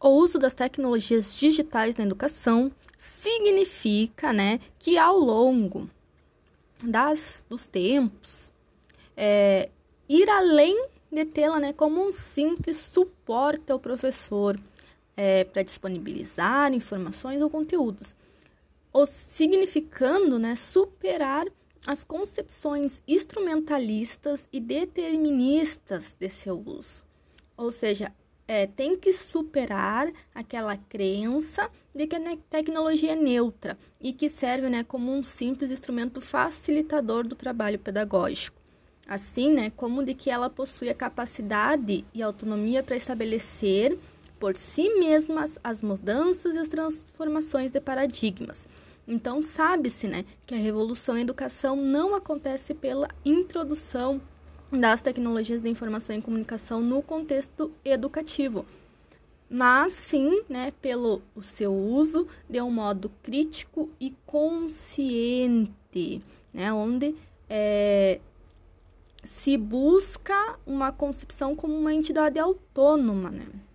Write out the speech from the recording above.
O uso das tecnologias digitais na educação significa, né, que ao longo dos tempos, ir além de tê-la, né, como um simples suporte ao professor para disponibilizar informações ou conteúdos, ou significando, né, superar as concepções instrumentalistas e deterministas de seu uso. Ou seja, tem que superar aquela crença de que a tecnologia é neutra e que serve, né, como um simples instrumento facilitador do trabalho pedagógico. Assim, né, como de que ela possui a capacidade e autonomia para estabelecer por si mesmas as mudanças e as transformações de paradigmas. Então, sabe-se, né, que a revolução em educação não acontece pela introdução das tecnologias de informação e comunicação no contexto educativo, mas sim, né, pelo o seu uso de um modo crítico e consciente, né, onde se busca uma concepção como uma entidade autônoma, né?